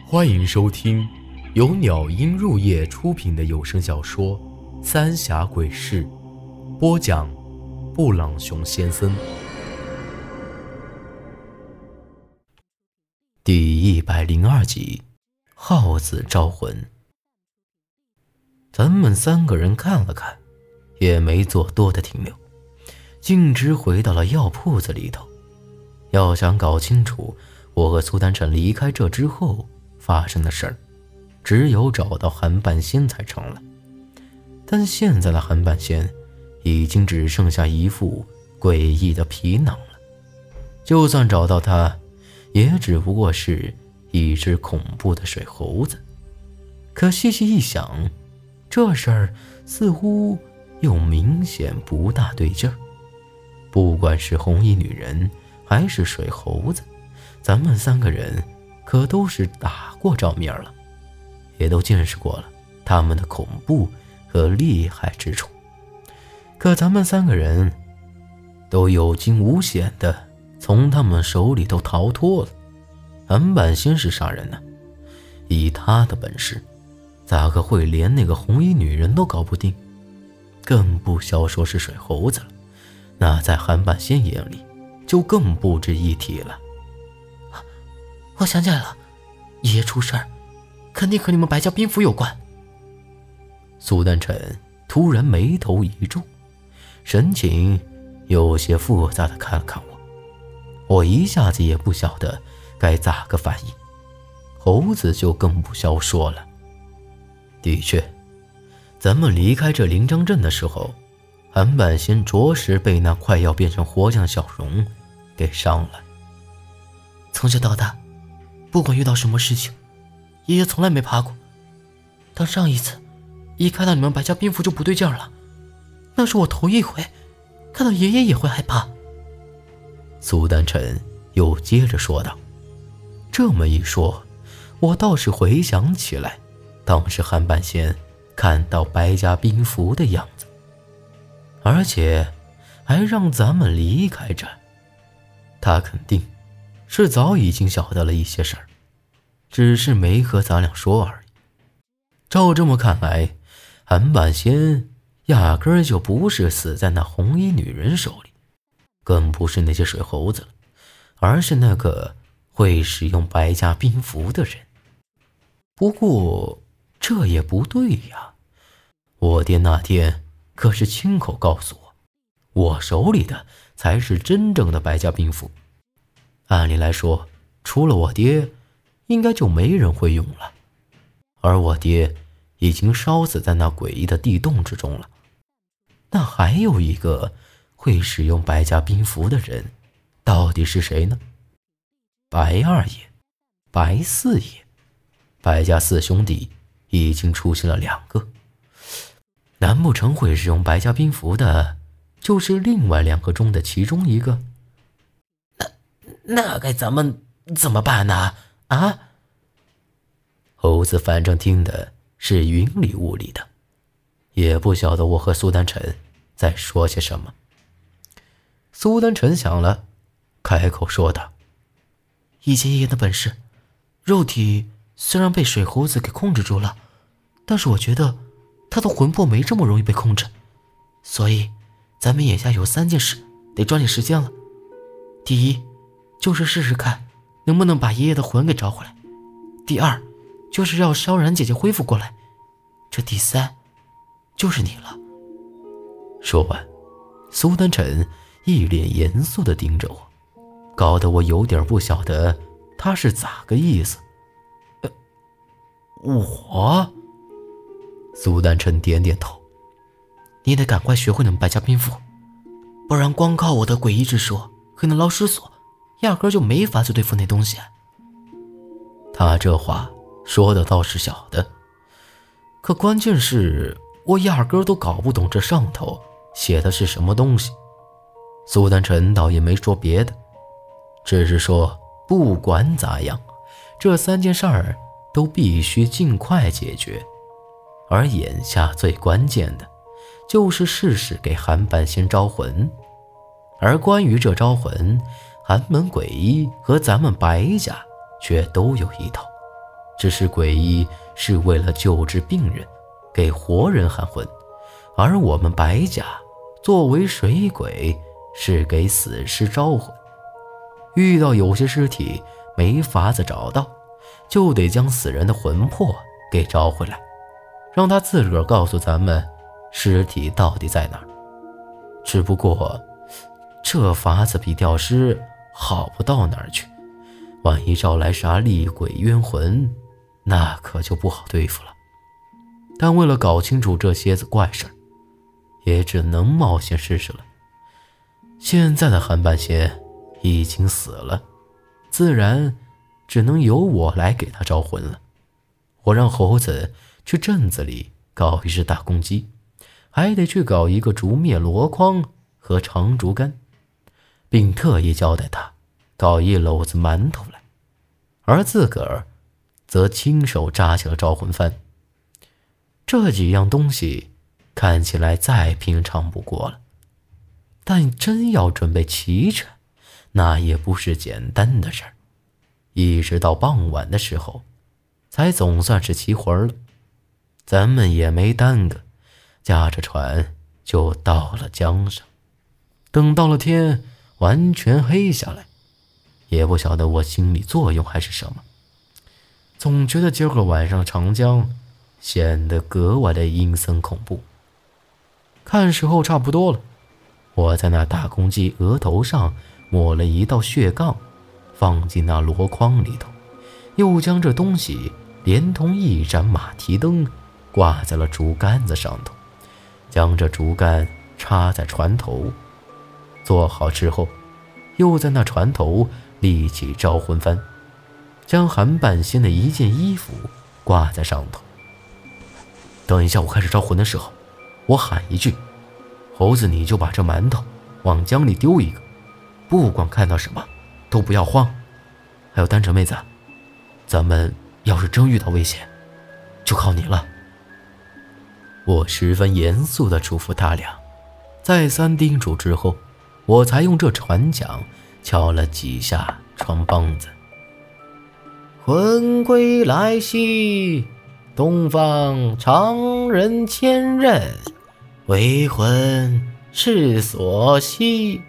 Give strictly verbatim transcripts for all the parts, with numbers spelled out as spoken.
欢迎收听由鸟音入夜出品的有声小说《三峡鬼事》，播讲布朗熊先生。第一百零二集，耗子招魂。咱们三个人看了看，也没做多的停留，径直回到了药铺子里头。要想搞清楚我和苏丹晨离开这之后发生的事儿，只有找到韩半仙才成了。但现在的韩半仙已经只剩下一副诡异的皮囊了，就算找到他，也只不过是一只恐怖的水猴子。可细细一想，这事儿似乎又明显不大对劲儿。不管是红衣女人还是水猴子，咱们三个人可都是打过照面了，也都见识过了他们的恐怖和厉害之处。可咱们三个人都有惊无险的从他们手里头逃脱了。韩半仙是啥人呢？以他的本事，咋个会连那个红衣女人都搞不定？更不消说是水猴子了，那在韩半仙眼里就更不值一提了。 我想起来了，爷爷出事儿，肯定和你们白家兵符有关。 苏丹晨突然眉头一皱，神情有些复杂的看了看我，我一下子也不晓得该咋个反应。猴子就更不消说了。的确，咱们离开这临江镇的时候，韩半仙着实被那快要变成活像小龙给伤了。 从小到大，不管遇到什么事情，爷爷从来没怕过。但上一次一看到你们白家兵符就不对劲儿了，那是我头一回看到爷爷也会害怕。 苏丹晨又接着说道。这么一说，我倒是回想起来当时韩半仙看到白家兵符的样子，而且还让咱们离开这，他肯定是早已经晓得了一些事儿，只是没和咱俩说而已。照这么看来，韩半仙压根儿就不是死在那红衣女人手里，更不是那些水猴子了，而是那个会使用白家兵符的人。不过这也不对呀，我爹那天可是亲口告诉我，我手里的才是真正的白家兵符。按理来说，除了我爹，应该就没人会用了。而我爹已经烧死在那诡异的地洞之中了。那还有一个会使用白家兵符的人，到底是谁呢？白二爷、白四爷，白家四兄弟已经出现了两个。难不成会使用白家兵符的，就是另外两个中的其中一个？ 那该咱们怎么办呢？啊？ 猴子反正听的是云里雾里的，也不晓得我和苏丹晨在说些什么。苏丹晨想了，开口说道： 以前爷爷的本事，肉体虽然被水猴子给控制住了，但是我觉得他的魂魄没这么容易被控制。所以咱们眼下有三件事得抓紧时间了。第一，就是试试看能不能把爷爷的魂给找回来。第二，就是让萧然姐姐恢复过来。这第三，就是你了。 说完，苏丹晨一脸严肃地盯着我，搞得我有点不晓得他是咋个意思。呃，我？苏丹晨点点头。 你得赶快学会你们白家兵符，不然光靠我的诡异之术和那捞尸索，压根就没法去对付那东西。 他这话说的倒是小的，可关键是我压根都搞不懂这上头写的是什么东西。苏丹晨倒也没说别的，只是说不管咋样，这三件事儿都必须尽快解决，而眼下最关键的就是试试给韩半仙招魂。而关于这招魂，寒门鬼医和咱们白家却都有一套， 只是鬼医是为了救治病人，给活人喊魂，而我们白家作为水鬼，是给死尸招魂。遇到有些尸体没法子找到，就得将死人的魂魄给招回来，让他自个儿告诉咱们尸体到底在哪儿。只不过这法子比吊尸好不到哪儿去，万一招来啥厉鬼冤魂，那可就不好对付了。但为了搞清楚这些子怪事儿，也只能冒险试试了。现在的韩半仙已经死了，自然只能由我来给他招魂了。我让猴子去镇子里搞一只大公鸡，还得去搞一个竹篾箩筐和长竹竿，并特意交代他搞一篓子馒头来，而自个儿则亲手扎起了招魂幡。这几样东西看起来再平常不过了，但真要准备齐全，那也不是简单的事儿。一直到傍晚的时候，才总算是齐活了。咱们也没耽搁，驾着船就到了江上。等到了天完全黑下来，也不晓得我心理作用还是什么，总觉得今儿个晚上长江显得格外的阴森恐怖。看时候差不多了，我在那大公鸡额头上抹了一道血杠，放进那箩筐里头，又将这东西连同一盏马蹄灯挂在了竹竿子上头，将这竹竿插在船头。做好之后，又在那船头立起招魂幡，将韩半仙的一件衣服挂在上头。等一下我开始招魂的时候，我喊一句，猴子你就把这馒头往江里丢一个，不管看到什么都不要慌。还有单纯妹子，咱们要是真遇到危险，就靠你了。我十分严肃地嘱咐他俩，再三叮嘱之后，我才用这船桨敲了几下船梆子。魂归来兮，东方长人千仞，为魂是所系。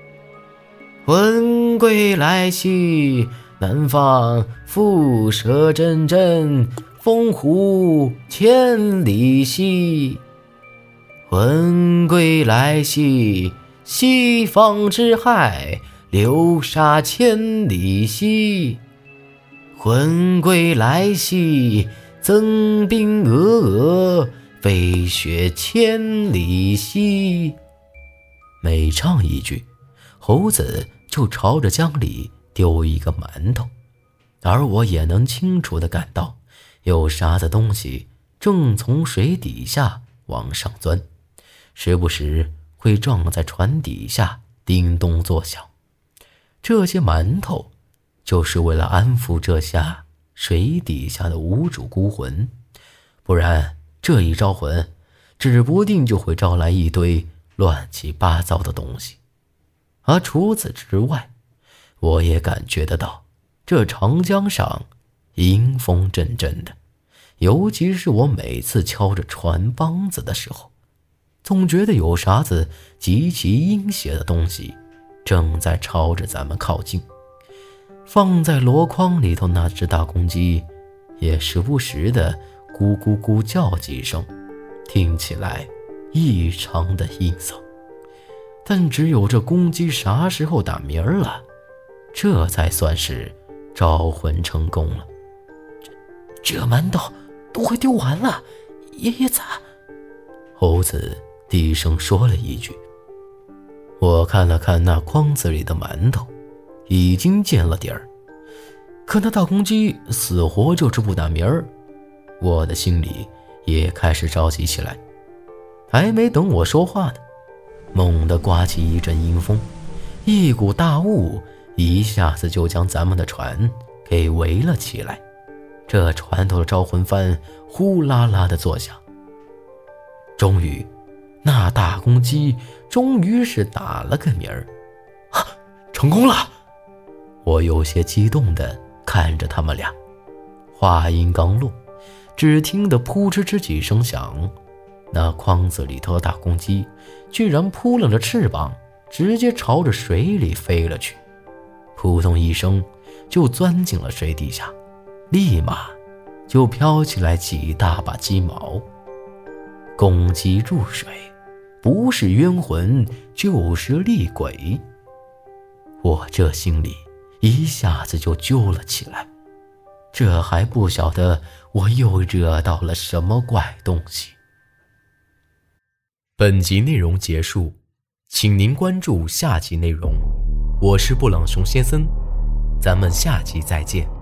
魂归来兮，南方蝮蛇阵阵，风虎千里兮。魂归来兮，西方之害，流沙千里兮。魂归来兮，增兵峨峨，飞雪千里兮。每唱一句，猴子就朝着江里丢一个馒头，而我也能清楚地感到有啥子东西正从水底下往上钻，时不时会撞在船底下叮咚作响。这些馒头就是为了安抚这下水底下的无主孤魂，不然这一招魂，指不定就会招来一堆乱七八糟的东西。而除此之外，我也感觉得到这长江上阴风阵阵的，尤其是我每次敲着船梆子的时候，总觉得有啥子极其阴邪的东西正在朝着咱们靠近。放在箩筐里头那只大公鸡也时不时的咕咕咕叫几声，听起来异常的阴森。但只有这公鸡啥时候打鸣了，这才算是招魂成功了。这这馒头都快丢完了，爷爷咋？猴子低声说了一句。我看了看那筐子里的馒头，已经见了底儿，可那大公鸡死活就是不打鸣儿，我的心里也开始着急起来。还没等我说话呢，猛地刮起一阵阴风，一股大雾一下子就将咱们的船给围了起来。这船头的招魂幡呼啦啦的作响。终于，那大公鸡终于是打了个鸣儿，啊，成功了！我有些激动地看着他们俩。 话音刚落，只听得扑哧哧几声响，那筐子里头的大公鸡居然扑棱着翅膀，直接朝着水里飞了去，扑通一声就钻进了水底下，立马就飘起来几大把鸡毛。公鸡入水，不是冤魂就是厉鬼。我这心里一下子就揪了起来，这还不晓得我又惹到了什么怪东西。本集内容结束，请您关注下集内容。我是布朗熊先生，咱们下集再见。